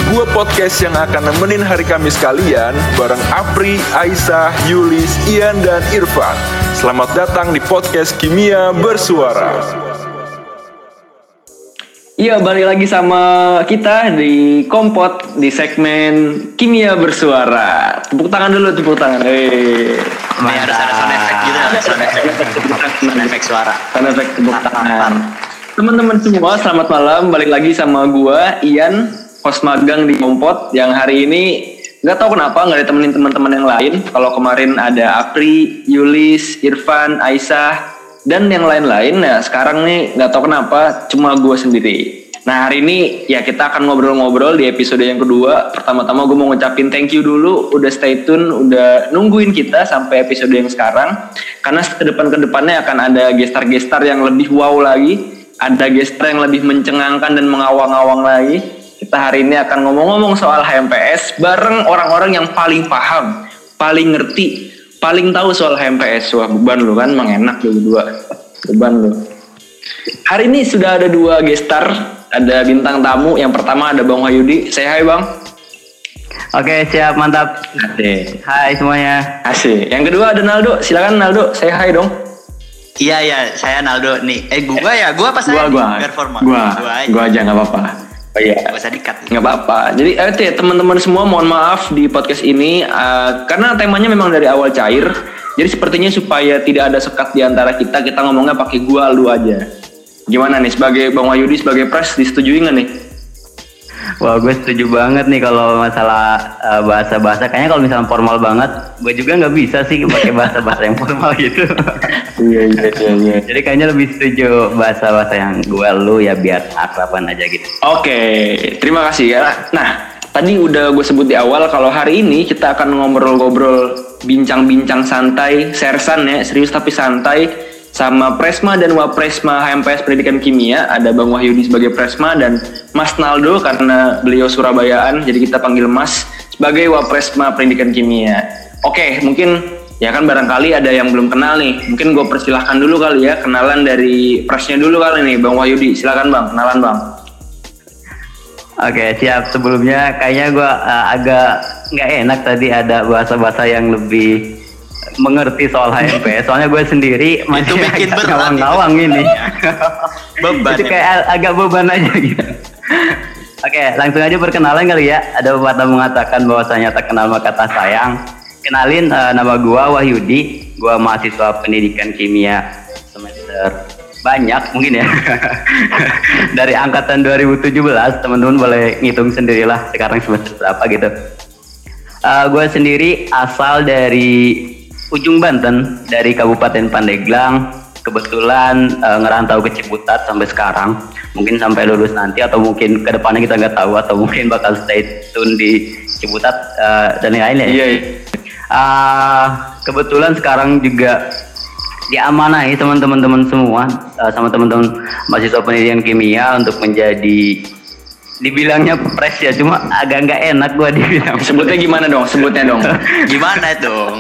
sebuah podcast yang akan nemenin hari Kamis kalian bareng Apri, Aisyah, Yulis, Ian, dan Irfan. Selamat datang di podcast Kimia Bersuara. Iya, balik lagi sama kita di Kompot di segmen Kimia Bersuara. Tepuk tangan dulu, tepuk tangan. Ini harus ada sound effect gitu, sound effect suara. Sound effect tepuk tangan. Teman-teman semua, selamat malam. Balik lagi sama gua, Ian, host magang di Kompot. Yang hari ini nggak tahu kenapa nggak ditemenin teman-teman yang lain. Kalau kemarin ada Apri, Yulis, Irfan, Aisyah, dan yang lain-lain. Nah sekarang nih nggak tahu kenapa cuma gue sendiri. Nah hari ini ya kita akan ngobrol-ngobrol di episode yang kedua. Pertama-tama gue mau ngucapin thank you dulu udah stay tune, udah nungguin kita sampai episode yang sekarang. Karena kedepannya akan ada gestar-gestar yang lebih wow lagi, ada gestar yang lebih mencengangkan dan mengawang-awang lagi. Kita hari ini akan ngomong-ngomong soal HMPS bareng orang-orang yang paling paham, paling ngerti, paling tahu soal HMPS. Wah beban lu kan, emang enak lu berdua. Beban lu. Hari ini sudah ada dua gestar, ada bintang tamu. Yang pertama ada Bang Wahyudi. Say hi Bang. Oke siap, mantap. Asik. Hai semuanya. Asik. Yang kedua ada Naldo. Silakan Naldo, say hi dong. Iya, saya Naldo nih. Gua apa saya? Gua aja nggak apa-apa. Oh iya. Gak usah dikat. Nggak apa-apa. Jadi teman-teman semua mohon maaf di podcast ini karena temanya memang dari awal cair. Jadi sepertinya supaya tidak ada sekat di antara kita ngomongnya pakai gua lu aja. Gimana nih sebagai Bang Wahyudi sebagai pres, disetujui nggak nih? Wah gue setuju banget nih kalau masalah bahasa-bahasa. Kayaknya kalau misalnya formal banget, gue juga nggak bisa sih pakai bahasa-bahasa yang formal gitu. Iya. Jadi kayaknya lebih setuju bahasa-bahasa yang gue lu ya biar akraban aja gitu. Oke, terima kasih ya. Nah, tadi udah gue sebut di awal kalau hari ini kita akan ngobrol-ngobrol, bincang-bincang santai, sersan ya, serius tapi santai sama Presma dan Wapresma HMPS Pendidikan Kimia. Ada Bang Wahyudi sebagai Presma dan Mas Naldo karena beliau Surabayaan, jadi kita panggil Mas sebagai Wapresma Pendidikan Kimia. Oke, mungkin ya kan barangkali ada yang belum kenal nih. Mungkin gue persilahkan dulu kali ya, kenalan dari Presnya dulu kali nih, Bang Wahyudi. Silakan Bang, kenalan Bang. Oke siap. Sebelumnya kayaknya gue agak nggak enak tadi ada bahasa-bahasa yang lebih mengerti soal HMPS. Soalnya gue sendiri masih bikin agak berat ngawang-ngawang ini. Beban. Itu kayak agak beban aja gitu. Oke, langsung aja perkenalan kali ya. Ada pepatah mengatakan bahwasanya tak kenal maka tak sayang. Kenalin, nama gue Wahyudi. Gue mahasiswa pendidikan kimia semester banyak mungkin ya. Dari angkatan 2017, teman-teman boleh ngitung sendirilah sekarang semester berapa gitu. Gue sendiri asal dari ujung Banten, dari Kabupaten Pandeglang. Kebetulan ngerantau ke Ciputat sampai sekarang. Mungkin sampai lulus nanti atau mungkin ke depannya kita nggak tahu, atau mungkin bakal stay tune di Ciputat dan lain-lain ya. Iya. Kebetulan sekarang juga diamanahi teman-teman semua sama teman-teman mahasiswa pendidikan kimia untuk menjadi, dibilangnya pres ya, cuma agak nggak enak gua dibilang. Sebutnya gimana dong? Gimana dong?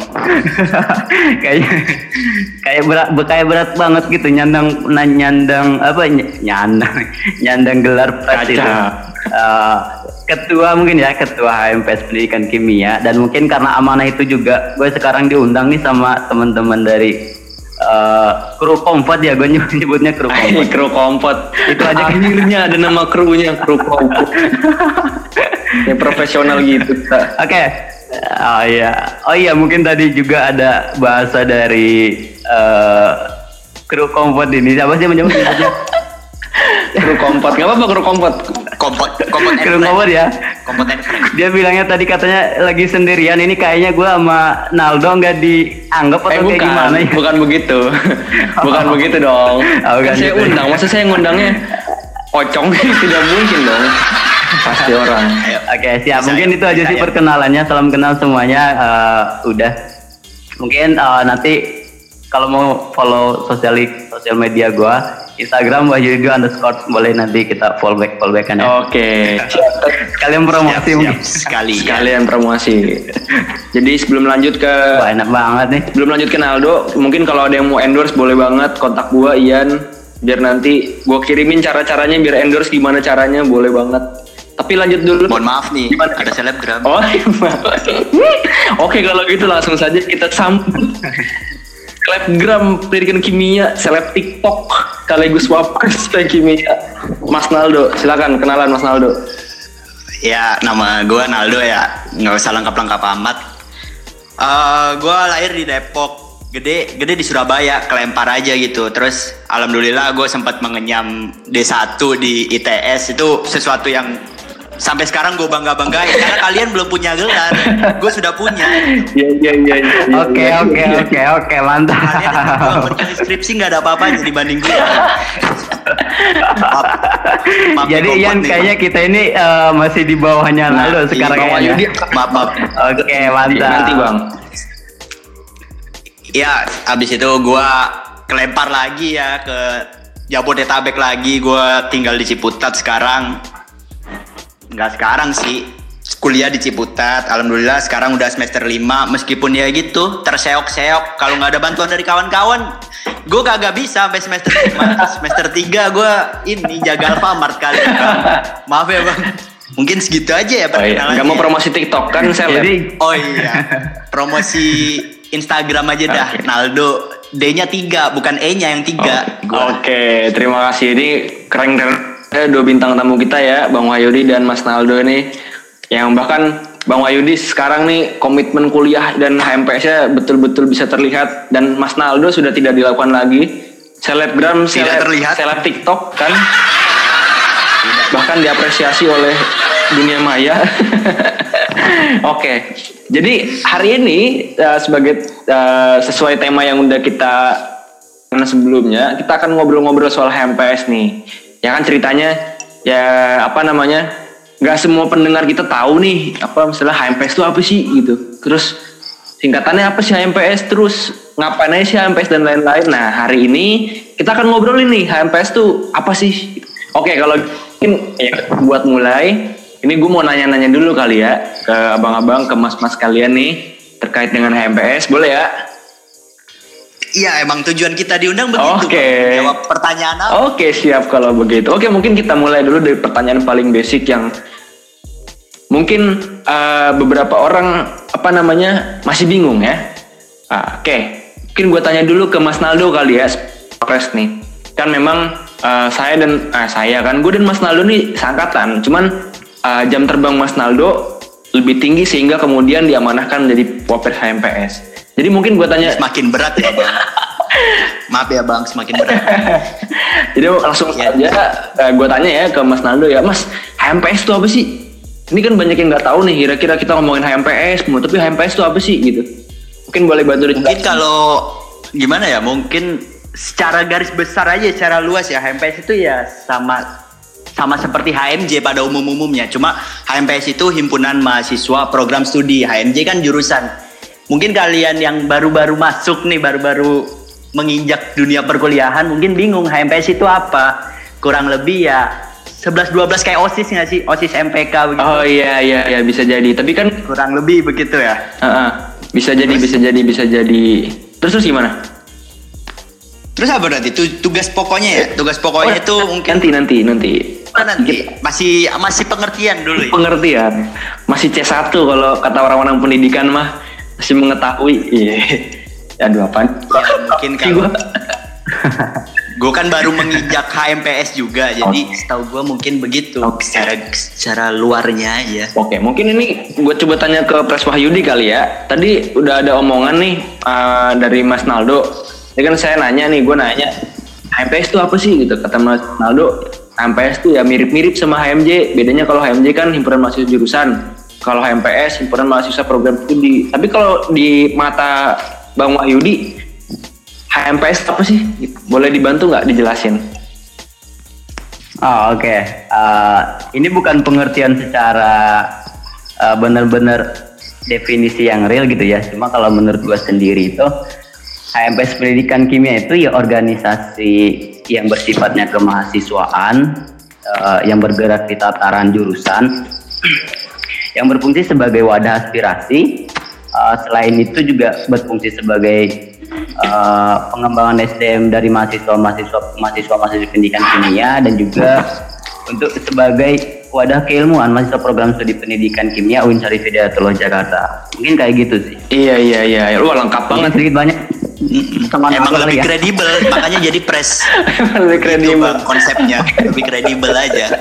kayak berat banget gitu nyandang gelar pres itu. Ketua mungkin ya, ketua HMPS Pendidikan Kimia. Dan mungkin karena amanah itu juga gue sekarang diundang nih sama teman-teman dari kru Kompot ya, gue nyebutnya kru Kompot. Kru Kompot. Itu aja akhirnya ada nama krunya, kru Kompot. Ya profesional gitu. Oke. Oh iya mungkin tadi juga ada bahasa dari kru Kompot ini. Siapa sih menyebutnya? Kru Kompot. Enggak apa-apa kru Kompot. Kompot kru Kompot ya. Kompot and friend. Dia bilangnya tadi katanya lagi sendirian. Ini kayaknya gue sama Naldo nggak dianggap atau kayak gimana ya? Bukan begitu. Bukan begitu dong. Kan saya gitu. undang. Masa saya ngundangnya pocong? Tidak mungkin dong. Pasti orang. Oke, siap. Mungkin itu aja sih perkenalannya. Salam kenal semuanya. Udah. Mungkin nanti kalau mau follow sosial media gue, Instagram Wahyudi _, boleh nanti kita fallback-an ya. Oke. Sekalian promosi mungkin. Sekalian promosi. Jadi sebelum lanjut ke Wah, enak banget nih. Sebelum lanjut ke Naldo, mungkin kalau ada yang mau endorse boleh banget kontak gua Ian, biar nanti gua kirimin cara-caranya biar endorse gimana caranya, boleh banget. Tapi lanjut dulu. Mohon maaf nih, Gimana? ada selebgram. Oh, oke kalau gitu langsung saja kita sambut. Selebgram pendidikan kimia, seleb TikTok, sekaligus wapres kimia. Mas Naldo, silakan kenalan Mas Naldo. Ya, nama gue Naldo ya, nggak usah lengkap-lengkap amat. Gue lahir di Depok, gede di Surabaya, kelempar aja gitu. Terus alhamdulillah gue sempat mengenyam D1 di ITS, itu sesuatu yang sampai sekarang gue banggain karena kalian belum punya gelar, gue sudah punya. Iya. Oke, mantap. Kalian yang berdua ngerjain skripsi nggak ada apa-apanya dibanding gue. Maaf, Jadi nih, Ian kompak nih, kayaknya kita ini masih di bawahnya Naldo di sekarang bawah ya. Yudi. Maaf. Oke, mantap. Nanti Bang. Ya, abis itu gue kelempar lagi ya ke Jabodetabek lagi. Gue tinggal di Ciputat sekarang. Nggak sekarang sih, kuliah di Ciputat. Alhamdulillah sekarang udah semester 5. Meskipun ya gitu, terseok-seok. Kalau nggak ada bantuan dari kawan-kawan, gue kagak bisa sampai semester 5. Semester 3 gue ini jaga Alfamart kali. Maaf ya Bang. Mungkin segitu aja ya perkenalannya. Nggak mau promosi TikTok kan seleb. Jadi Oh iya, promosi Instagram aja dah. Oke. Naldo, D-nya 3, bukan E-nya yang 3. Oke, terima kasih. Ini keren. Dua bintang tamu kita ya, Bang Wahyudi dan Mas Naldo nih. Yang bahkan Bang Wahyudi sekarang nih komitmen kuliah dan HMPS-nya betul-betul bisa terlihat. Dan Mas Naldo sudah tidak dilakukan lagi. Selebgram, terlihat. seleb TikTok kan. Bahkan diapresiasi oleh dunia maya. Oke, jadi hari ini sebagai sesuai tema yang udah kita sebelumnya, kita akan ngobrol-ngobrol soal HMPS nih. Ya kan ceritanya, ya apa namanya, nggak semua pendengar kita tahu nih apa misalnya HMPS itu apa sih gitu. Terus singkatannya apa sih HMPS, terus ngapain aja sih HMPS dan lain-lain. Nah hari ini kita akan ngobrolin nih HMPS itu apa sih. Oke, kalau mungkin ya, buat mulai, ini gue mau nanya-nanya dulu kali ya ke abang-abang, ke mas-mas kalian nih terkait dengan HMPS, boleh ya? Iya, emang tujuan kita diundang begitu. Oke. Bang. Jawab pertanyaan apa? Oke, siap kalau begitu. Oke, mungkin kita mulai dulu dari pertanyaan paling basic yang mungkin beberapa orang masih bingung ya. Oke, mungkin gue tanya dulu ke Mas Naldo kali ya, Pres nih. Kan memang gue dan Mas Naldo nih seangkatan. Cuman jam terbang Mas Naldo lebih tinggi sehingga kemudian diamanahkan menjadi Wapres HMPS. Jadi mungkin gue tanya. Semakin berat ya Bang. Maaf ya Bang, semakin berat. Jadi langsung saja gue tanya ya ke Mas Naldo ya, Mas, HMPS itu apa sih? Ini kan banyak yang nggak tahu nih, kira-kira kita ngomongin HMPS, tapi HMPS itu apa sih gitu? Mungkin boleh bantu Mungkin kalau gimana ya, mungkin secara garis besar aja, secara luas ya, HMPS itu ya sama seperti HMJ pada umumnya. Cuma HMPS itu himpunan mahasiswa program studi, HMJ kan jurusan. Mungkin kalian yang baru-baru masuk nih, baru-baru menginjak dunia perkuliahan mungkin bingung HMPS itu apa. Kurang lebih ya 11-12 kayak OSIS nggak sih? OSIS MPK begitu. Oh iya bisa jadi. Tapi kan kurang lebih begitu ya. Bisa jadi. Terus gimana? Terus apa berarti? Tugas pokoknya ya? Tugas pokoknya itu mungkin nanti. Masih pengertian dulu ya? Pengertian. Masih C1 kalau kata orang-orang pendidikan mah. Masih mengetahui. Iya. Aduh apaan? Ya, mungkin kalau gue kan baru menginjak HMPS juga, jadi setahu gue mungkin begitu. Secara luarnya aja. Oke, mungkin ini gue coba tanya ke Pres Wahyudi kali ya. Tadi udah ada omongan nih dari Mas Naldo. Ini kan saya nanya HMPS itu apa sih gitu? Kata Mas Naldo, HMPS itu ya mirip-mirip sama HMJ. Bedanya kalau HMJ kan himpunan mahasiswa jurusan. Kalau HMPS himpunan mahasiswa program studi. Tapi kalau di mata Bang Wahyudi, HMPS apa sih? Boleh dibantu nggak dijelasin? Oh, oke. Ini bukan pengertian secara benar-benar definisi yang real gitu ya. Cuma kalau menurut gue sendiri itu HMPS Pendidikan Kimia itu ya organisasi yang bersifatnya kemahasiswaan, yang bergerak di tataran jurusan, yang berfungsi sebagai wadah aspirasi. Selain itu juga berfungsi sebagai pengembangan SDM dari mahasiswa pendidikan kimia, dan juga untuk sebagai wadah keilmuan mahasiswa program studi pendidikan kimia UIN Syarif Hidayatullah Jakarta. Mungkin kayak gitu sih. Iya. Lu lengkap banget. Sedikit banyak. Emang lebih kredibel, makanya jadi press. Lebih kredibel. Bang, konsepnya lebih kredibel aja.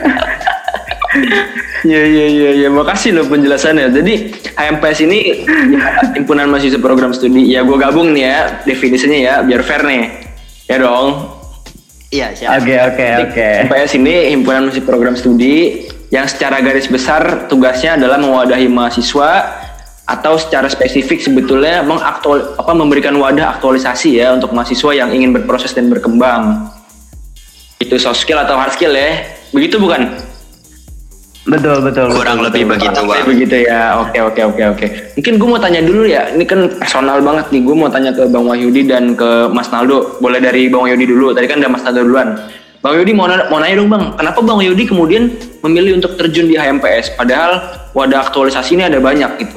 Iya. Makasih loh penjelasannya. Jadi HMPS ini ya, himpunan mahasiswa program studi. Ya gue gabung nih ya definisinya ya biar fair nih. Ya dong. Iya, siap. Oke. HMPS ini himpunan mahasiswa program studi yang secara garis besar tugasnya adalah mewadahi mahasiswa atau secara spesifik sebetulnya memberikan wadah aktualisasi ya untuk mahasiswa yang ingin berproses dan berkembang. Itu soft skill atau hard skill ya. Begitu bukan? Betul. Kurang lebih begitu, Bang. Begitu ya. Oke. Mungkin gue mau tanya dulu ya. Ini kan personal banget nih. Gue mau tanya ke Bang Wahyudi dan ke Mas Naldo. Boleh dari Bang Wahyudi dulu. Tadi kan udah Mas Naldo duluan. Bang Wahyudi mau nanya dong Bang. Kenapa Bang Wahyudi kemudian memilih untuk terjun di HMPS? Padahal wadah aktualisasi ini ada banyak gitu.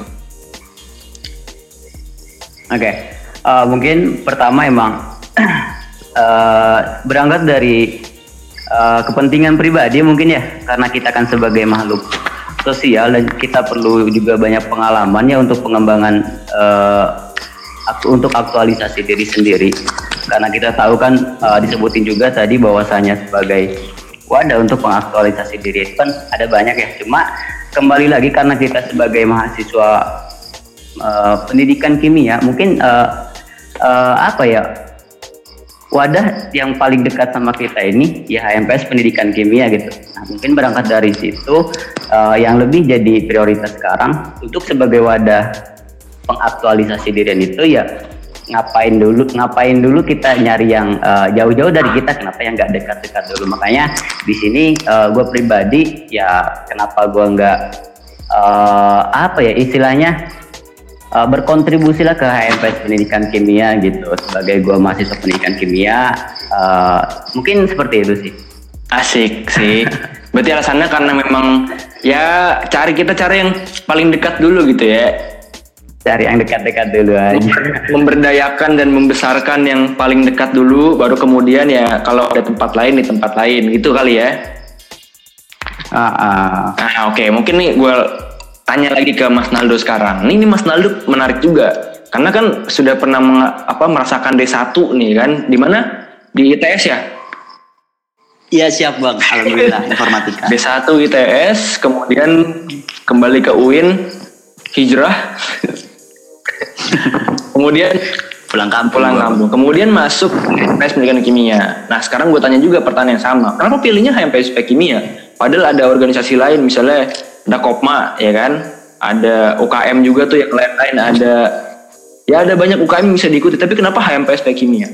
Oke. Mungkin pertama emang berangkat dari kepentingan pribadi mungkin ya, karena kita kan sebagai makhluk sosial dan kita perlu juga banyak pengalaman ya untuk pengembangan untuk aktualisasi diri sendiri, karena kita tahu kan disebutin juga tadi bahwasanya sebagai wadah untuk pengaktualisasi diri itu kan ada banyak ya. Cuma kembali lagi karena kita sebagai mahasiswa pendidikan kimia mungkin wadah yang paling dekat sama kita ini ya HMPS pendidikan kimia gitu. Nah, mungkin berangkat dari situ yang lebih jadi prioritas sekarang untuk sebagai wadah pengaktualisasi diri itu ya ngapain dulu kita nyari yang jauh-jauh dari kita, kenapa yang nggak dekat-dekat dulu. Makanya di sini gue pribadi ya kenapa gue nggak istilahnya berkontribusilah ke HMPS pendidikan kimia gitu sebagai gue mahasiswa pendidikan kimia. Mungkin seperti itu sih. Asik sih. Berarti alasannya karena memang ya kita cari yang paling dekat dulu gitu ya. Cari yang dekat-dekat dulu aja. Memberdayakan dan membesarkan yang paling dekat dulu, baru kemudian ya kalau ada tempat lain di tempat lain gitu kali ya. Oke. Mungkin nih gue tanya lagi ke Mas Naldo sekarang. Ini Mas Naldo menarik juga, karena kan sudah pernah merasakan D1 nih kan, di mana? Di ITS ya? Iya siap Bang, alhamdulillah informatika. D1 ITS, kemudian kembali ke UIN, hijrah, kemudian pulang kampung. Kemudian masuk HMPS pendidikan kimia. Nah sekarang gue tanya juga pertanyaan yang sama. Kenapa pilihnya HMPS kimia? Padahal ada organisasi lain, misalnya ada Kopma, ya kan? Ada UKM juga tuh yang lain-lain, ada banyak UKM yang bisa diikuti. Tapi kenapa HMPS kimia?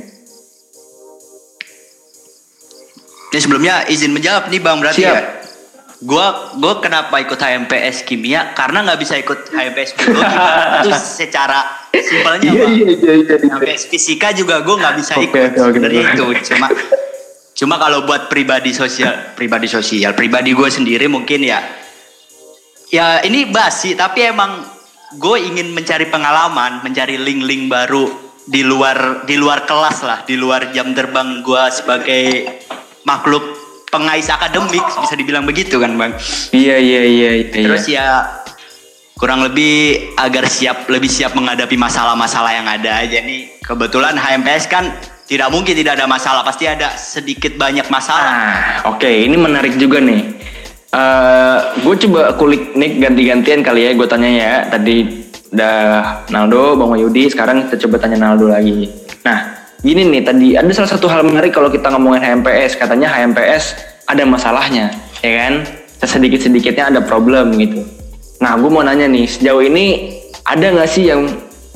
Ini sebelumnya izin menjawab nih Bang, berarti Siap. ya. Gue kenapa ikut HMPS kimia? Karena nggak bisa ikut HMPS biologi. Itu secara simpelnya Bang. Iya. HMPS fisika juga gue nggak bisa ikut. Sebenarnya itu cuma kalau buat pribadi gue sendiri mungkin ya ini basi, tapi emang gue ingin mencari pengalaman, mencari link-link baru di luar kelas lah, di luar jam terbang gue sebagai makhluk pengais akademik, bisa dibilang begitu kan Bang. Iya. Terus ya kurang lebih agar lebih siap menghadapi masalah-masalah yang ada aja nih. Kebetulan HMPS kan tidak mungkin tidak ada masalah, pasti ada sedikit banyak masalah. Oke, ini menarik juga nih. Gue coba kulik nih ganti-gantian kali ya, gue tanya ya. Tadi udah Naldo, Bang Wahyudi, sekarang kita coba tanya Naldo lagi. Nah, gini nih, tadi ada salah satu hal menarik kalau kita ngomongin HMPS. Katanya HMPS ada masalahnya, ya kan? Sedikit-sedikitnya ada problem gitu. Nah, gue mau nanya nih, sejauh ini ada nggak sih yang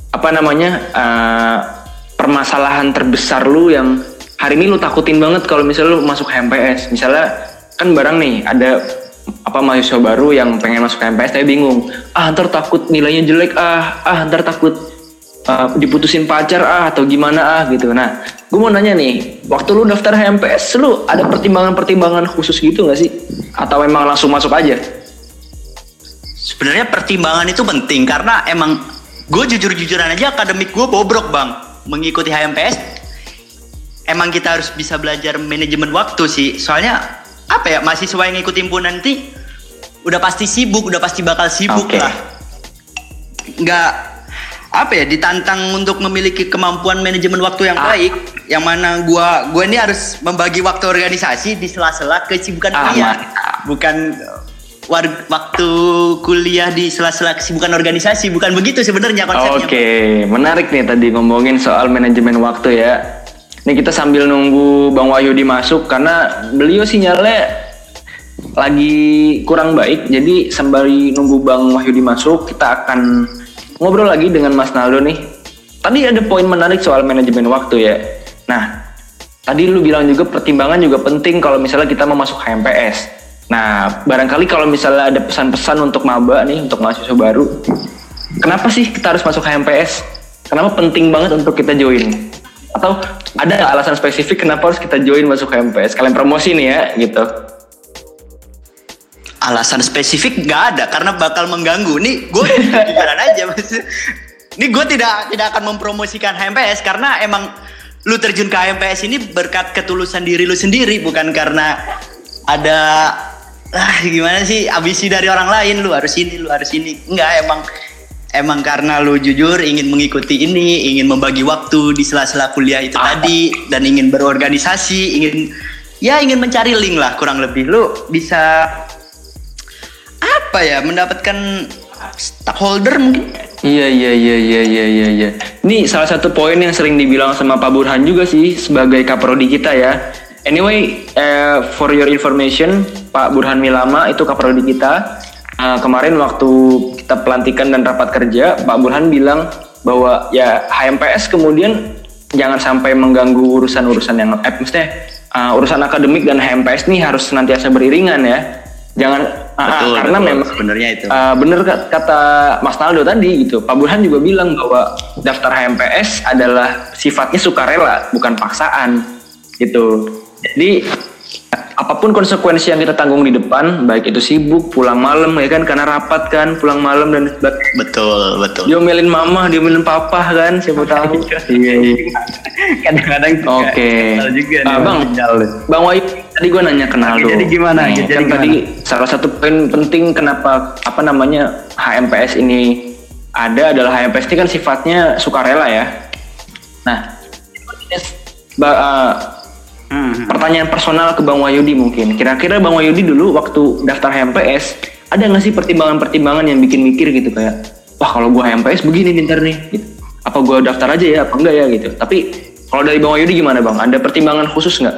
permasalahan terbesar lu yang hari ini lu takutin banget kalau misalnya lu masuk HMPS? Misalnya kan barang nih ada mahasiswa baru yang pengen masuk HMPS tapi bingung, ntar takut nilainya jelek, ntar takut diputusin pacar atau gimana gitu. Nah, gue mau nanya nih, waktu lu daftar HMPS lu ada pertimbangan-pertimbangan khusus gitu nggak sih? Atau emang langsung masuk aja? Sebenarnya pertimbangan itu penting karena emang gue jujur-jujuran aja akademik gue bobrok Bang. Mengikuti HMPS emang kita harus bisa belajar manajemen waktu sih. Soalnya apa ya, mahasiswa yang ikut himpunan nanti udah pasti sibuk, udah pasti bakal sibuk lah. Nggak apa ya, ditantang untuk memiliki kemampuan manajemen waktu yang baik, yang mana gua ini harus membagi waktu organisasi di sela-sela kesibukan kuliah, bukan waktu kuliah di sela-sela kesibukan organisasi, bukan begitu sebenarnya konsepnya. Oke, menarik nih tadi ngomongin soal manajemen waktu ya. Ini kita sambil nunggu Bang Wahyudi masuk karena beliau sinyalnya lagi kurang baik. Jadi sembari nunggu Bang Wahyudi masuk, kita akan ngobrol lagi dengan Mas Naldo nih. Tadi ada poin menarik soal manajemen waktu ya. Nah, tadi lu bilang juga pertimbangan juga penting kalau misalnya kita mau masuk HMPS. Nah, barangkali kalau misalnya ada pesan-pesan untuk maba nih, untuk mahasiswa baru, kenapa sih kita harus masuk HMPS? Kenapa penting banget untuk kita join? Atau ada alasan spesifik kenapa harus kita join masuk HMPS? Kalian promosi nih ya, gitu. Alasan spesifik nggak ada, karena bakal mengganggu. Nih, gue jujuran aja, mas. Ini gue tidak akan mempromosikan HMPS karena emang lu terjun ke HMPS ini berkat ketulusan diri lu sendiri, bukan karena ada gimana sih ambisi dari orang lain, lu harus ini. Enggak, emang karena lu jujur ingin mengikuti ini, ingin membagi waktu di sela-sela kuliah itu tadi, dan ingin berorganisasi, ingin mencari link lah, kurang lebih lu bisa apa ya, mendapatkan stakeholder mungkin. Iya. Ini salah satu poin yang sering dibilang sama Pak Burhan juga sih sebagai kaprodi kita ya. Anyway, for your information, Pak Burhan Milama itu kaprodi kita. Kemarin waktu kita pelantikan dan rapat kerja, Pak Burhan bilang bahwa ya HMPS kemudian jangan sampai mengganggu urusan-urusan yang urusan akademik dan HMPS nih harus senantiasa beriringan ya. Jangan karena memang sebenarnya itu bener kata Mas Naldo tadi gitu. Pak Burhan juga bilang bahwa daftar HMPS adalah sifatnya sukarela, bukan paksaan gitu. Jadi apapun konsekuensi yang kita tanggung di depan, baik itu sibuk, pulang malam ya kan, karena rapat kan, pulang malam dan sebagainya. betul. Diomelin mama, diomelin papa kan, siapa tahu. Iya. Kadang-kadang Oke. Bang Wahyu, tadi gue nanya ke Naldo. Jadi gimana? Jadi kan tadi salah satu poin penting kenapa HMPS ini adalah HMPS ini kan sifatnya sukarela ya. Nah, pertanyaan personal ke Bang Wahyudi mungkin. Kira-kira Bang Wahyudi dulu waktu daftar HMPS ada nggak sih pertimbangan-pertimbangan yang bikin mikir gitu kayak, wah kalau gue HMPS begini ntar nih, gitu. Apa gue daftar aja ya, apa enggak ya gitu. Tapi kalau dari Bang Wahyudi gimana Bang? Ada pertimbangan khusus nggak?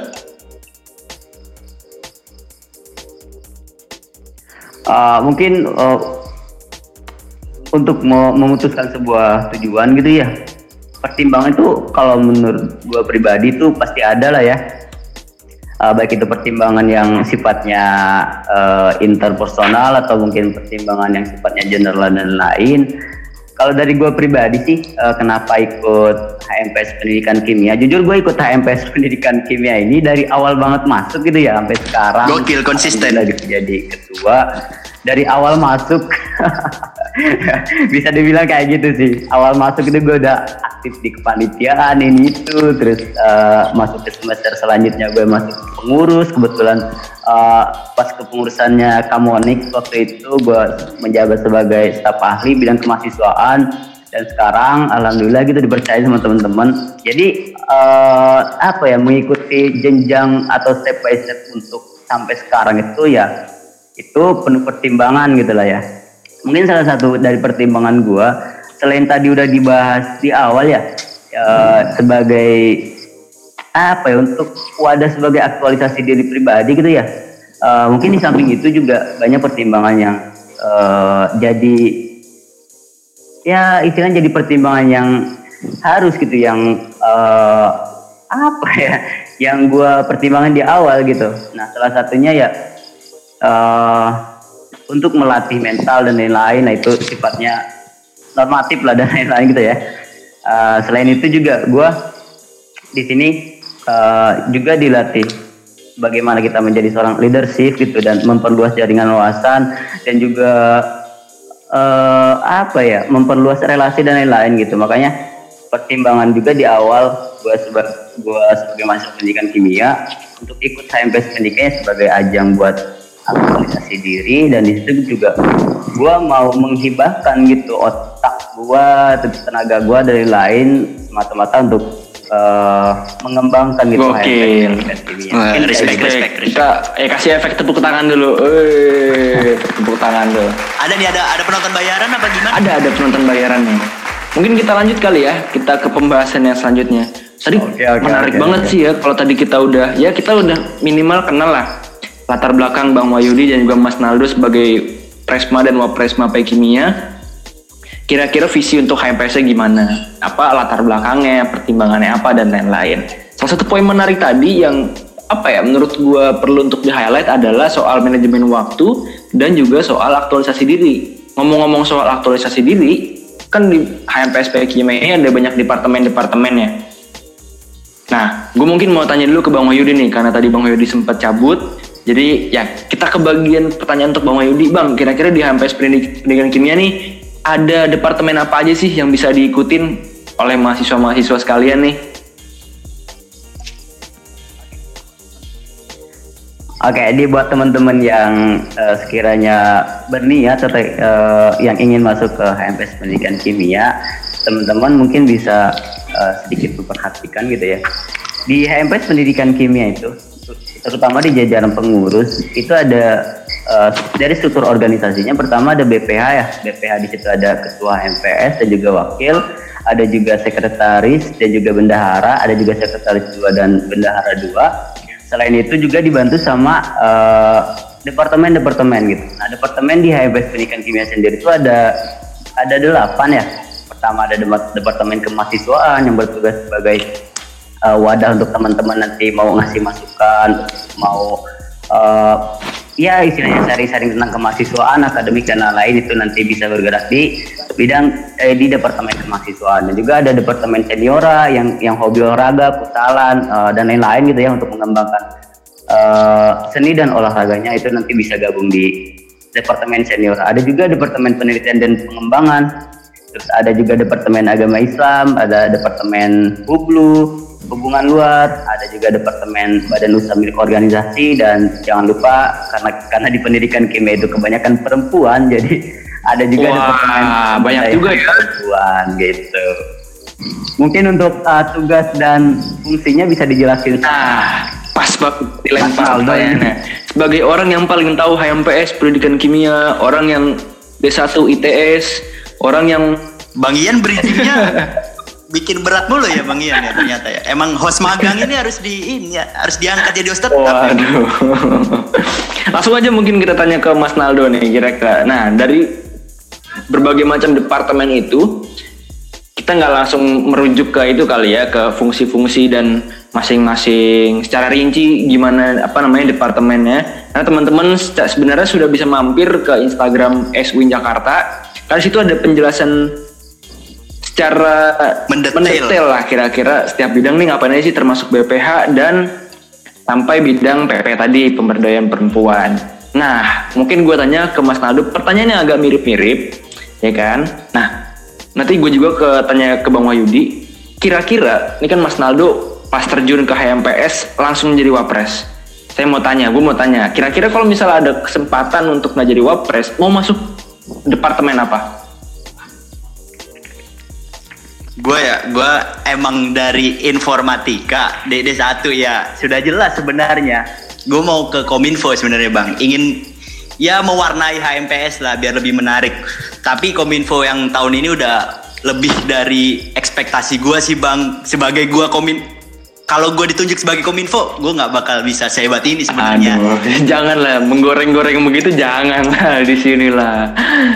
Mungkin untuk memutuskan sebuah tujuan gitu ya, pertimbangan itu kalau menurut gue pribadi itu pasti ada lah ya. Baik itu pertimbangan yang sifatnya interpersonal atau mungkin pertimbangan yang sifatnya general dan lain. Kalau dari gue pribadi sih, kenapa ikut HMPS Pendidikan Kimia? Jujur gue ikut HMPS Pendidikan Kimia ini dari awal banget masuk gitu ya, sampai sekarang. Gokil, konsisten. Lagi jadi ketua. Dari awal masuk, bisa dibilang kayak gitu sih. Awal masuk itu gue udah aktif di kepanitiaan ini itu. Terus masuk ke semester selanjutnya gue masuk pengurus. Kebetulan pas kepengurusannya Kamonik waktu itu gue menjabat sebagai staf ahli bidang kemahasiswaan, dan sekarang alhamdulillah gitu dipercaya sama teman-teman. Jadi mengikuti jenjang atau step by step untuk sampai sekarang itu ya itu penuh pertimbangan gitu lah ya. Mungkin salah satu dari pertimbangan gue selain tadi udah dibahas di awal ya, sebagai untuk wadah sebagai aktualisasi diri pribadi gitu ya. Mungkin di samping itu juga banyak pertimbangan yang jadi ya istilahnya jadi pertimbangan yang harus gitu, yang yang gue pertimbangkan di awal gitu. Nah salah satunya ya untuk melatih mental dan lain-lain. Nah itu sifatnya normatif lah dan lain-lain gitu ya. Selain itu juga gue di sini juga dilatih bagaimana kita menjadi seorang leadership gitu, dan memperluas jaringan wawasan, dan juga memperluas relasi dan lain-lain gitu. Makanya pertimbangan juga di awal gue gue sebagai mahasiswa pendidikan kimia untuk ikut HMPS pendidikannya sebagai ajang buat aktualisasi diri, dan di situ juga gue mau menghibahkan gitu otak gue, tenaga gue dari lain semata-mata untuk mengembangkan gitu HMPS kimia. Respect. Kita kasih efek tepuk tangan dulu. Tepuk tangan dulu. Ada penonton bayaran apa gimana? Ada penonton bayaran nih. Mungkin kita lanjut kali ya, kita ke pembahasan yang selanjutnya. Tadi menarik banget sih ya, kalau tadi kita udah minimal kenal lah latar belakang Bang Wahyudi dan juga Mas Naldo sebagai Presma dan Wapresma Kimia. Kira-kira visi untuk HMPS-nya gimana? Apa latar belakangnya, pertimbangannya apa, dan lain-lain. Salah satu poin menarik tadi yang menurut gua perlu untuk di-highlight adalah soal manajemen waktu dan juga soal aktualisasi diri. Ngomong-ngomong soal aktualisasi diri, kan di HMPS Kimia ini ada banyak departemen-departemennya. Nah, gue mungkin mau tanya dulu ke Bang Wahyudi nih, karena tadi Bang Wahyudi sempat cabut. Jadi ya kita ke bagian pertanyaan untuk Bang Wahyudi. Bang, kira-kira di HMPS Pendidikan Kimia nih ada departemen apa aja sih yang bisa diikutin oleh mahasiswa-mahasiswa sekalian nih? Oke, ini buat teman-teman yang sekiranya berniat atau yang ingin masuk ke HMPS Pendidikan Kimia, teman-teman mungkin bisa sedikit memperhatikan gitu ya. Di HMPS Pendidikan Kimia itu, terutama di jajaran pengurus, itu ada dari struktur organisasinya. Pertama ada BPH ya, BPH di situ ada ketua HMPS dan juga wakil, ada juga sekretaris dan juga bendahara, ada juga sekretaris 2 dan bendahara 2. Selain itu juga dibantu sama departemen-departemen gitu. Nah, departemen di HMPS Pendidikan Kimia sendiri itu ada 8 ya. Pertama ada departemen kemahasiswaan yang bertugas sebagai wadah untuk teman-teman nanti mau ngasih masukan, mau istilahnya sharing-sharing tentang kemahasiswaan, akademik dan lain-lain, itu nanti bisa bergerak di bidang di departemen kemahasiswaan. Dan juga ada departemen seniora yang hobi olahraga, futsalan dan lain-lain gitu ya, untuk mengembangkan seni dan olahraganya, itu nanti bisa gabung di departemen seniora. Ada juga departemen penelitian dan pengembangan, terus ada juga departemen agama Islam, ada departemen Hublu, hubungan luar, ada juga departemen badan usaha milik organisasi, dan jangan lupa karena di pendidikan kimia itu kebanyakan perempuan, jadi ada juga departemen banyak juga ya perempuan gitu. Mungkin untuk tugas dan fungsinya bisa dijelasin. Pas banget dilempar pertanyaannya. Sebagai orang yang paling tahu HMPS Pendidikan Kimia, orang yang D1 ITS, orang yang Bang Ian bridging-nya bikin berat mulu ya Bang Ian ya ternyata ya. Emang host magang ini harus diangkat jadi host tetap. Waduh. Langsung aja mungkin kita tanya ke Mas Naldo nih kira-kira. Nah, dari berbagai macam departemen itu, kita nggak langsung merujuk ke itu kali ya, ke fungsi-fungsi dan masing-masing secara rinci gimana departemennya. Karena teman-teman sebenarnya sudah bisa mampir ke Instagram SUIN Jakarta. Karena situ ada penjelasan secara mendetail lah kira-kira setiap bidang nih ngapain aja sih, termasuk BPH dan sampai bidang PP tadi, pemberdayaan perempuan. Nah, mungkin gue tanya ke Mas Naldo, pertanyaannya agak mirip-mirip, ya kan? Nah, nanti gue juga tanya ke Bang Wahyudi, kira-kira, ini kan Mas Naldo pas terjun ke HMPS langsung jadi Wapres. Gue mau tanya, kira-kira kalau misalnya ada kesempatan untuk nggak jadi Wapres, mau masuk departemen apa? Gue emang dari informatika DD1 ya, sudah jelas sebenarnya. Gue mau ke Kominfo sebenarnya Bang, ingin ya mewarnai HMPS lah biar lebih menarik. Tapi Kominfo yang tahun ini udah lebih dari ekspektasi gue sih Bang. Sebagai gue kalau gue ditunjuk sebagai Kominfo, gue nggak bakal bisa sehebat ini sebenarnya. Aduh, janganlah menggoreng-goreng begitu, janganlah di sinilah.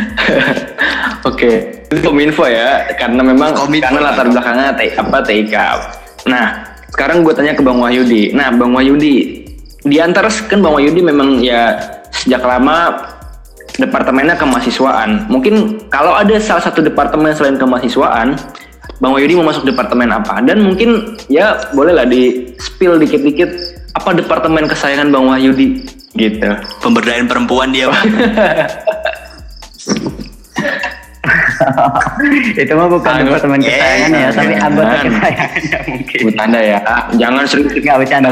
Oke. Itu Kominfo ya, karena memang karena latar belakangnya TIK. Nah, sekarang gue tanya ke Bang Wahyudi. Nah, Bang Wahyudi, di antara kan Bang Wahyudi memang ya sejak lama departemennya kemahasiswaan. Mungkin kalau ada salah satu departemen selain kemahasiswaan, Bang Wahyudi mau masuk departemen apa? Dan mungkin ya bolehlah di spill dikit-dikit apa departemen kesayangan Bang Wahyudi gitu. Pemberdayaan perempuan dia Bang. Itu mah bukan departemen kesayangan ya, tapi anggota kesayangannya mungkin. Bercanda ya. Jangan serius. Enggak, bercanda.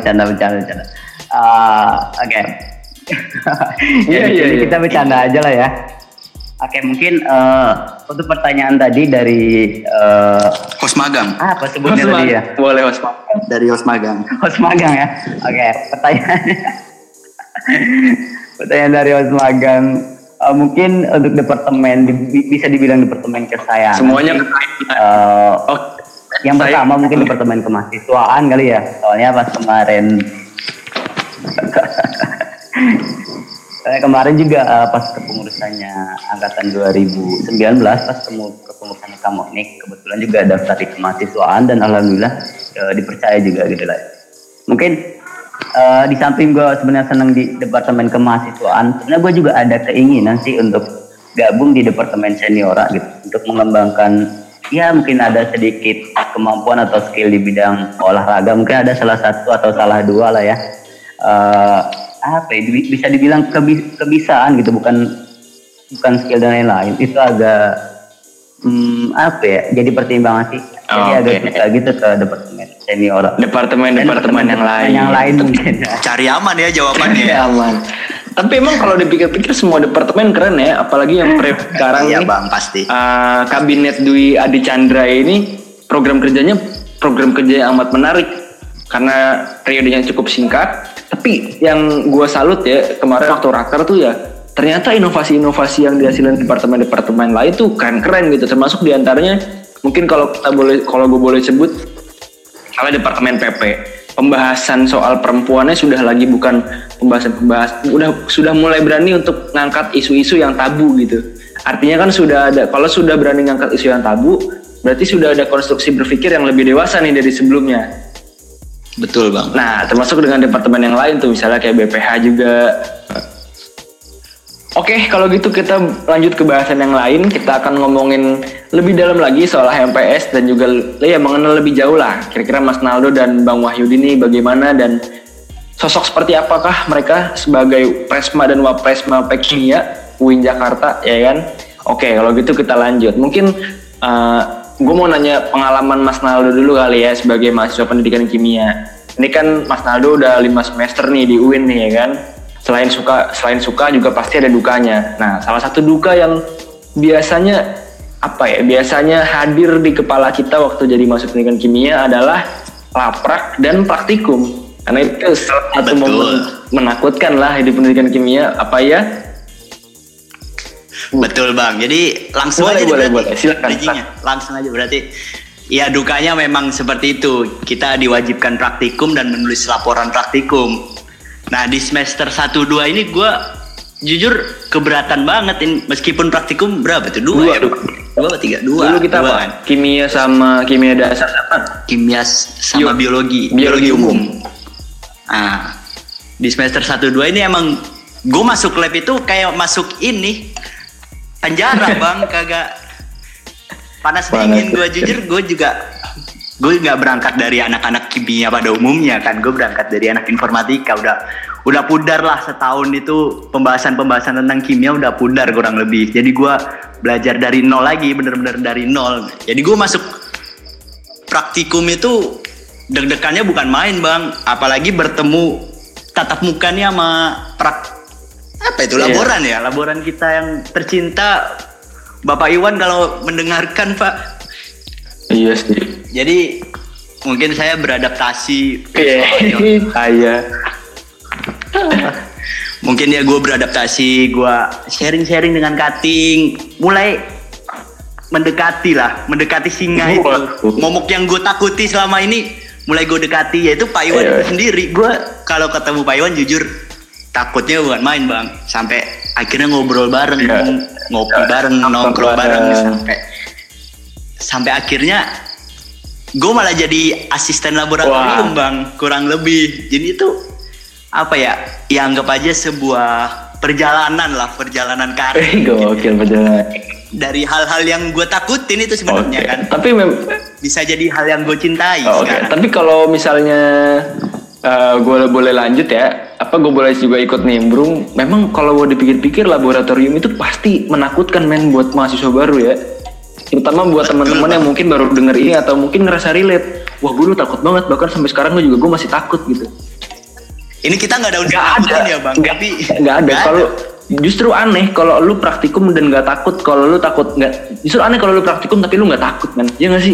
Oke. Jadi kita bercanda aja lah ya. Oke, mungkin untuk pertanyaan tadi dari Host magang. apa sebutnya tadi ya? Boleh host magang. Dari host magang. Host magang ya. Oke, pertanyaan dari host magang. Mungkin untuk departemen bisa dibilang departemen kesayangan. Semuanya yang pertama mungkin departemen kemahasiswaan kali ya. Soalnya pas kemarin juga pas kepengurusannya angkatan 2019 pas kepengurusannya Kamonik, kebetulan juga daftar di kemahasiswaan dan alhamdulillah dipercaya juga gitu lah. Mungkin di samping gue sebenarnya senang di departemen kemahasiswaan, sebenarnya gue juga ada keinginan sih untuk gabung di departemen seniora gitu, untuk mengembangkan ya mungkin ada sedikit kemampuan atau skill di bidang olahraga, mungkin ada salah satu atau salah dua lah ya. Bisa dibilang kebisaan gitu, bukan skill dan lain-lain. Itu agak jadi pertimbangan sih. Jadi agak susah gitu ke departemen senior. Departemen yang lain mungkin. Cari aman ya jawabannya. Aman. Tapi emang kalau dipikir-pikir semua departemen keren ya, apalagi yang sekarang Iya nih. Bang, pasti. Kabinet Dwi Adi Chandra ini program kerja yang amat menarik karena periodenya cukup singkat. Tapi yang gue salut ya kemarin waktu raker tuh ya, ternyata inovasi-inovasi yang dihasilkan departemen-departemen lain tuh keren-keren gitu. Termasuk diantaranya mungkin kalau gue boleh sebut, salah departemen PP. Pembahasan soal perempuannya sudah lagi bukan pembahasan, sudah mulai berani untuk ngangkat isu-isu yang tabu gitu. Artinya kan kalau sudah berani ngangkat isu yang tabu, berarti sudah ada konstruksi berpikir yang lebih dewasa nih dari sebelumnya. Betul Bang. Nah, termasuk dengan departemen yang lain tuh, misalnya kayak BPH juga. Oke, kalau gitu kita lanjut ke bahasan yang lain. Kita akan ngomongin lebih dalam lagi soal HMPS dan juga ya mengenal lebih jauh lah. Kira-kira Mas Naldo dan Bang Wahyudi ini bagaimana dan sosok seperti apakah mereka sebagai Presma dan Wapresma Pekimia UIN Jakarta, ya kan? Oke, kalau gitu kita lanjut. Mungkin gue mau nanya pengalaman Mas Naldo dulu kali ya sebagai mahasiswa pendidikan kimia. Ini kan Mas Naldo udah 5 semester nih di UIN nih ya kan. Selain suka juga pasti ada dukanya. Nah, salah satu duka yang biasanya hadir di kepala kita waktu jadi masuk pendidikan kimia adalah laprak dan praktikum. Karena itu salah satu momen menakutkan lah di pendidikan kimia, apa ya? Betul Bang. Jadi langsung aja boleh. Silakan. Langsung aja berarti. Ya dukanya memang seperti itu. Kita diwajibkan praktikum dan menulis laporan praktikum. Nah di semester 1-2 ini gue jujur keberatan banget. Meskipun praktikum berapa tuh? 2 ya? 2 atau 3? 2. Dulu kita apa? Kan? Kimia sama kimia dasar apa? Kimia sama biologi umum. Nah di semester 1-2 ini emang gue masuk lab itu kayak masuk ini penjara Bang, kagak panas dingin. Gue jujur gue nggak berangkat dari anak-anak kimia pada umumnya kan, gue berangkat dari anak informatika. Udah pudar lah setahun itu pembahasan tentang kimia udah pudar kurang lebih. Jadi gue belajar dari nol lagi, bener-bener dari nol. Jadi gue masuk praktikum itu deg-degannya bukan main Bang, apalagi bertemu tatap mukanya sama laboran ya, laboran kita yang tercinta Bapak Iwan kalau mendengarkan Pak. Iya sih. Jadi mungkin saya beradaptasi. Mungkin ya gue beradaptasi, gue sharing dengan cutting, mulai mendekati singa itu. Momok yang gue takuti selama ini mulai gue dekati, yaitu Pak Iwan itu sendiri. Gue kalau ketemu Pak Iwan jujur takutnya bukan main Bang, sampai akhirnya ngobrol bareng, ngopi bareng, nongkrong bareng, sampai akhirnya gue malah jadi asisten laboratorium Bang, kurang lebih. Jadi itu apa ya anggap aja sebuah perjalanan karir. Gokil perjalanan. Dari hal-hal yang gue takutin itu sebenarnya kan. Tapi bisa jadi hal yang gue cintai sekarang. Tapi kalau misalnya gue boleh lanjut ya, gue boleh juga ikut nimbrung. Memang kalau gue dipikir-pikir laboratorium itu pasti menakutkan men buat mahasiswa baru ya. Terutama buat teman-teman yang mungkin baru denger ini atau mungkin ngerasa relate. Wah gue dulu takut banget, bahkan sampai sekarang gue masih takut gitu. Ini kita nggak ada unsur ya bang, tapi nggak ada. Kalau justru aneh kalau lu praktikum dan nggak takut, kalau lu takut nggak. Justru aneh kalau lu praktikum tapi lu nggak takut kan? Iya nggak sih?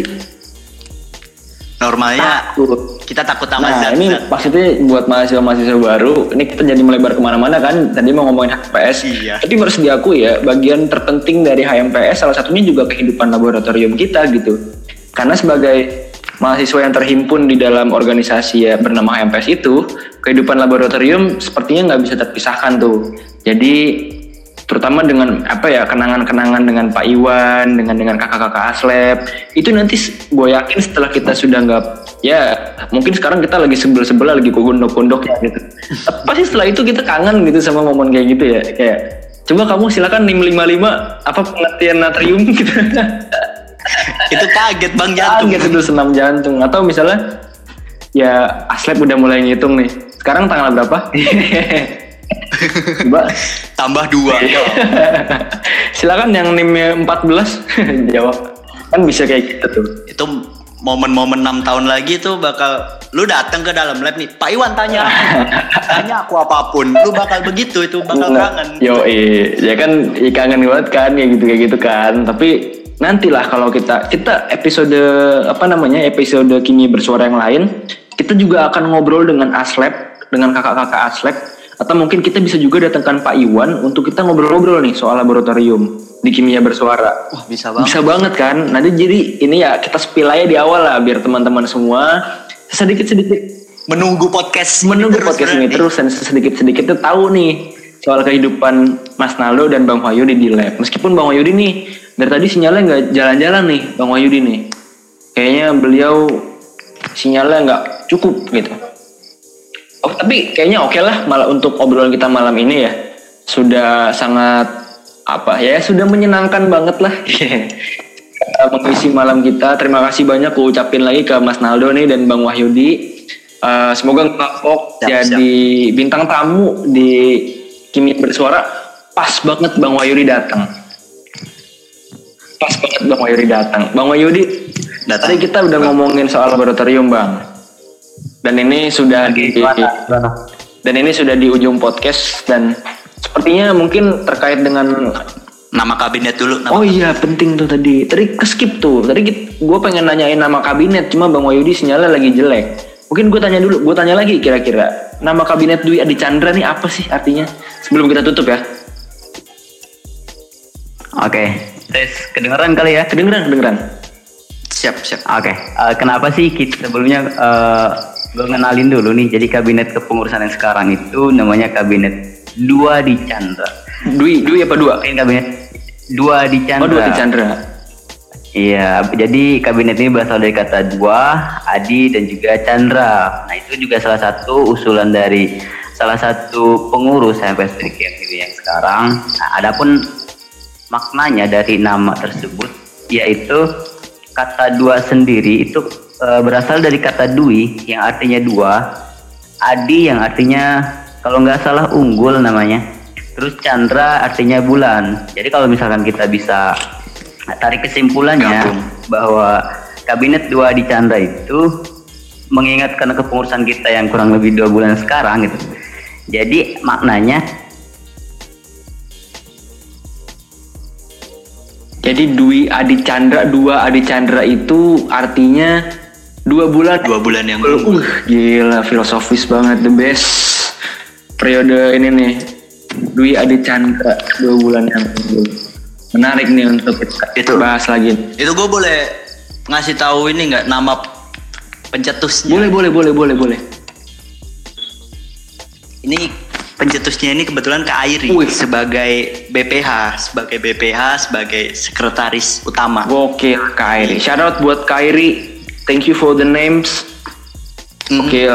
Normalnya kita takut sama Nah zat-zat. ini maksudnya buat mahasiswa baru, ini kita jadi melebar kemana-mana kan. Tadi mau ngomongin HMPS, Iya. tapi harus diakui ya, bagian terpenting dari HMPS salah satunya juga kehidupan laboratorium kita gitu. Karena sebagai mahasiswa yang terhimpun di dalam organisasi ya bernama HMPS itu, kehidupan laboratorium sepertinya nggak bisa terpisahkan tuh. Jadi terutama dengan kenangan-kenangan dengan Pak Iwan, dengan kakak-kakak Aslep, itu nanti gue yakin setelah kita sudah nggak, ya mungkin sekarang kita lagi sebel-sebel, lagi gondok-gondok ya gitu. Pasti setelah itu kita kangen gitu sama momen kayak gitu ya, kayak coba kamu silakan NIM 55 apa pengertian natrium gitu. Itu kaget bang jantung. Kaget itu senam jantung. Atau misalnya ya Aslep udah mulai ngitung nih, sekarang tanggal berapa? Coba Tambah 2. silakan yang NIM-nya 14 jawab. Kan bisa kayak gitu tuh. Itu momen-momen 6 tahun lagi tuh bakal lu datang ke dalam lab nih, Pak Iwan tanya aku apapun, lu bakal begitu, itu bakal kangen. Yo ya kan kangen banget kan kayak gitu kan. Tapi nantilah kalau kita episode episode Kimia Bersuara yang lain, kita juga akan ngobrol dengan Aslep, dengan kakak-kakak Aslep. Atau mungkin kita bisa juga datangkan Pak Iwan untuk kita ngobrol-ngobrol nih soal laboratorium di Kimia Bersuara. Wah bisa banget. Bisa banget kan? Nanti jadi ini ya kita spill aja di awal lah biar teman-teman semua sedikit-sedikit menunggu podcast ini terus dan sedikit-sedikit tuh tahu nih soal kehidupan Mas Naldo dan Bang Wahyudi di lab. Meskipun Bang Wahyudi nih dari tadi sinyalnya nggak jalan-jalan nih Bang Wahyudi nih. Kayaknya beliau sinyalnya nggak cukup gitu. Oh, tapi kayaknya oke lah malah untuk obrolan kita malam ini ya. Sudah sangat sudah menyenangkan banget lah. Mengisi malam kita. Terima kasih banyak aku ucapin lagi ke Mas Naldo nih dan Bang Wahyudi. Semoga ngakok jadi bintang tamu di Kimia Bersuara. Pas banget Bang Wahyudi datang. Bang Wahyudi, tadi kita udah ngomongin soal laboratorium Bang. Dan ini sudah di ujung podcast dan sepertinya mungkin terkait dengan nama kabinet dulu. Iya penting tuh tadi keskip tuh. Tadi gue pengen nanyain nama kabinet, cuma Bang Wahyudi sinyalnya lagi jelek. Mungkin gue tanya lagi kira-kira nama kabinet Dwi Adi Chandra nih apa sih artinya? Sebelum kita tutup ya. Oke, tes kedengeran kali ya? Kedengeran. Siap. Oke, kenapa sih kita sebelumnya gue kenalin dulu nih. Jadi kabinet kepengurusan yang sekarang itu namanya kabinet Dua Adi Chandra. Dwi apa dua? Ini kabinet Dua Adi Chandra. Oh, Dua Adi Chandra. Iya, jadi kabinet ini berasal dari kata dua, Adi dan juga Chandra. Nah itu juga salah satu usulan dari salah satu pengurus HMPS yang sekarang. Nah, adapun maknanya dari nama tersebut yaitu kata dua sendiri itu berasal dari kata dwi yang artinya dua, adi yang artinya kalau nggak salah unggul namanya, terus chandra artinya bulan. Jadi kalau misalkan kita bisa tarik kesimpulannya bahwa kabinet dua adi chandra itu mengingatkan kepengurusan kita yang kurang lebih 2 bulan sekarang gitu. Jadi maknanya jadi Dwi Adi Chandra, Dua Adi Chandra itu artinya 2 bulan. 2 bulan yang gila, filosofis banget, the best periode ini nih. Dwi Adi Chandra, 2 bulan yang unggul. Menarik nih untuk kita bahas lagi. Itu gue boleh ngasih tahu ini nggak nama pencetusnya? Boleh. Ini pencetusnya ini kebetulan Kak Airi sebagai BPH, sebagai sekretaris utama. Oke, Kak Airi. Shout out buat Kak Airi. Thank you for the names. Oke.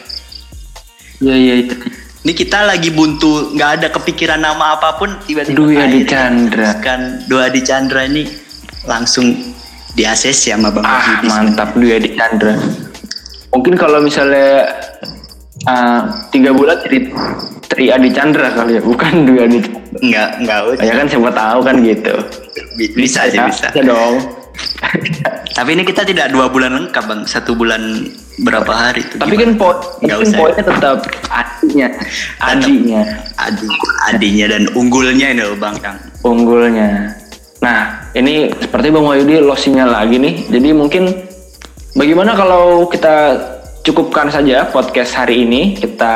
Iya. Ini kita lagi buntu, nggak ada kepikiran nama apapun, tiba-tiba Dwi Adi Chandra. Kan Dwi Adi Chandra ini langsung di ACC sama Bang Wahyudi. Mantap Dwi Adi Chandra. Mungkin kalau misalnya 3 bulan jadi Tri Adi Chandra kali ya, bukan Dwi Adi Chandra. Enggak usah. Ya kan siapa tahu kan gitu. Bisa sih, bisa. Bisa dong. Tapi ini kita tidak 2 bulan lengkap bang, 1 bulan berapa hari itu. Tapi kan Nggak usah. poinnya tetap Adinya dan unggulnya ini loh bang. unggulnya. Nah, ini seperti Bang Wahyudi lost sinyal lagi nih. Jadi mungkin bagaimana kalau kita cukupkan saja podcast hari ini. Kita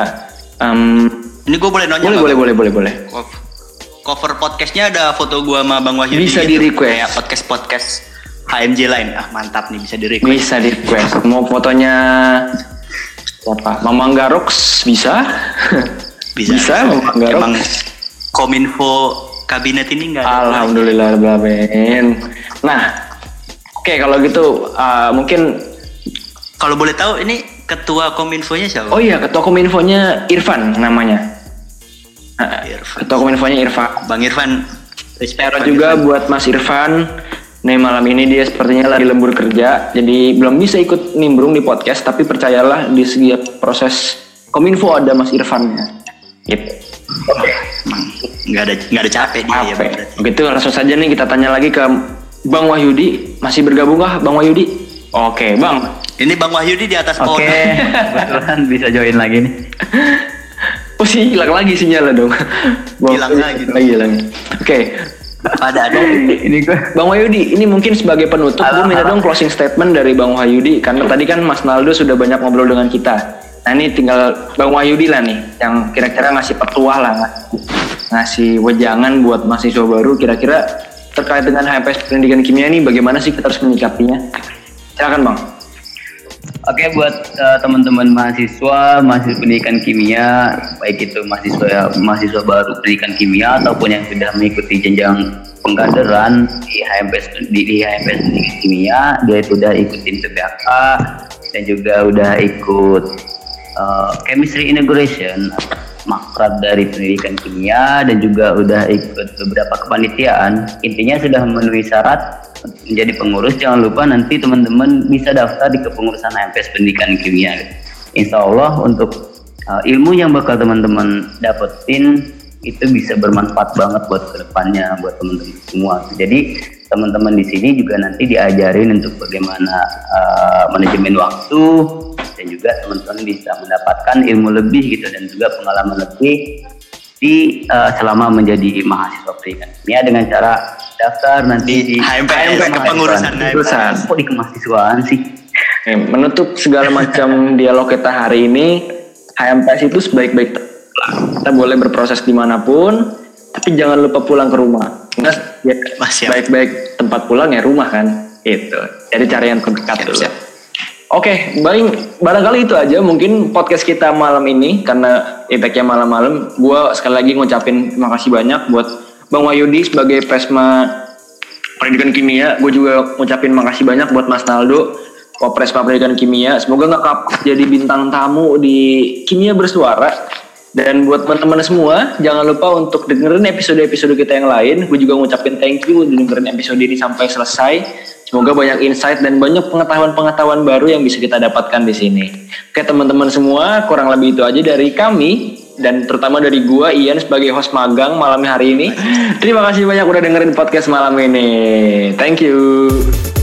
Ini gue boleh nanya? boleh. Cover podcastnya ada foto gue sama Bang Wahyudi. Bisa gitu. di-request. Kayak podcast HMJ lain. Mantap nih, bisa di-request. Bisa di request. Mau fotonya apa? Mamang Garox bisa? Bisa Mamang Garox. Emang Kominfo kabinet ini nggak ada. Alhamdulillah Rabbil. Nah, oke kalau gitu mungkin Kalau boleh tahu ini ketua Kominfonya siapa? oh iya ketua Kominfonya Irfan namanya. Irfan. Ketua Kominfonya Irfan. Bang Irfan. Respect juga buat Mas Irfan. Nih malam ini dia sepertinya lagi lembur kerja, jadi belum bisa ikut nimbrung di podcast. Tapi percayalah di segi proses Kominfo ada Mas Irfannya. Gitu. Emang nggak ada capek dia ya Bang, berarti. Begitu langsung saja nih kita tanya lagi ke Bang Wahyudi. Masih bergabung kah Bang Wahyudi? Oke Bang. Ini Bang Wahyudi di atas pohon. Oke, kebetulan bisa join lagi nih. Oh sih hilang lagi sinyalnya dong. Hilang lagi. Oke. Ada. Ini gue Bang Wahyudi, ini mungkin sebagai penutup, gue minta dong closing statement dari Bang Wahyudi. Karena tadi kan Mas Naldo sudah banyak ngobrol dengan kita. Nah ini tinggal Bang Wahyudi lah nih, yang kira-kira ngasih petuah lah, ngasih wejangan buat mahasiswa baru. Kira-kira terkait dengan HMPS Pendidikan Kimia ini, bagaimana sih kita harus menyikapinya? Silakan Bang. Oke, buat teman-teman mahasiswa pendidikan kimia, baik itu mahasiswa baru pendidikan kimia ataupun yang sudah mengikuti jenjang pengkaderan di HMPS pendidikan kimia, dia sudah ikutin PPAK dan juga udah ikut chemistry integration, makrab dari pendidikan kimia, dan juga udah ikut beberapa kepanitiaan. Intinya sudah memenuhi syarat menjadi pengurus. Jangan lupa nanti teman-teman bisa daftar di kepengurusan HMPS Pendidikan Kimia. Insya Allah untuk ilmu yang bakal teman-teman dapetin itu bisa bermanfaat banget buat kedepannya buat teman-teman semua. Jadi teman-teman di sini juga nanti diajarin untuk bagaimana manajemen waktu, dan juga teman-teman bisa mendapatkan ilmu lebih gitu, dan juga pengalaman lebih di selama menjadi mahasiswa pendidikan kimia dengan cara daftar nanti di HMPS kepengurusan. Kok di kemahasiswaan sih? Menutup segala macam dialog kita hari ini, HMPS itu sebaik-baik kita boleh berproses dimanapun, tapi jangan lupa pulang ke rumah. Ya, baik-baik tempat pulang ya rumah kan, itu. Jadi cari yang terdekat dulu. Oke, barangkali itu aja mungkin podcast kita malam ini, karena tag-nya malam-malam. Gua sekali lagi ngucapin terima kasih banyak buat Bang Wahyudi sebagai Presma Pendidikan Kimia. Gue juga ngucapin makasih banyak buat Mas Naldo, Presma Pendidikan Kimia. Semoga nggak kalah jadi bintang tamu di Kimia Bersuara. Dan buat teman-teman semua, jangan lupa untuk dengerin episode-episode kita yang lain. Gue juga ngucapin thank you udah dengerin episode ini sampai selesai. Semoga banyak insight dan banyak pengetahuan-pengetahuan baru yang bisa kita dapatkan di sini. Oke teman-teman semua, kurang lebih itu aja dari kami. Dan terutama dari gua Ian sebagai host magang malam hari ini. Terima kasih banyak udah dengerin podcast malam ini. Thank you.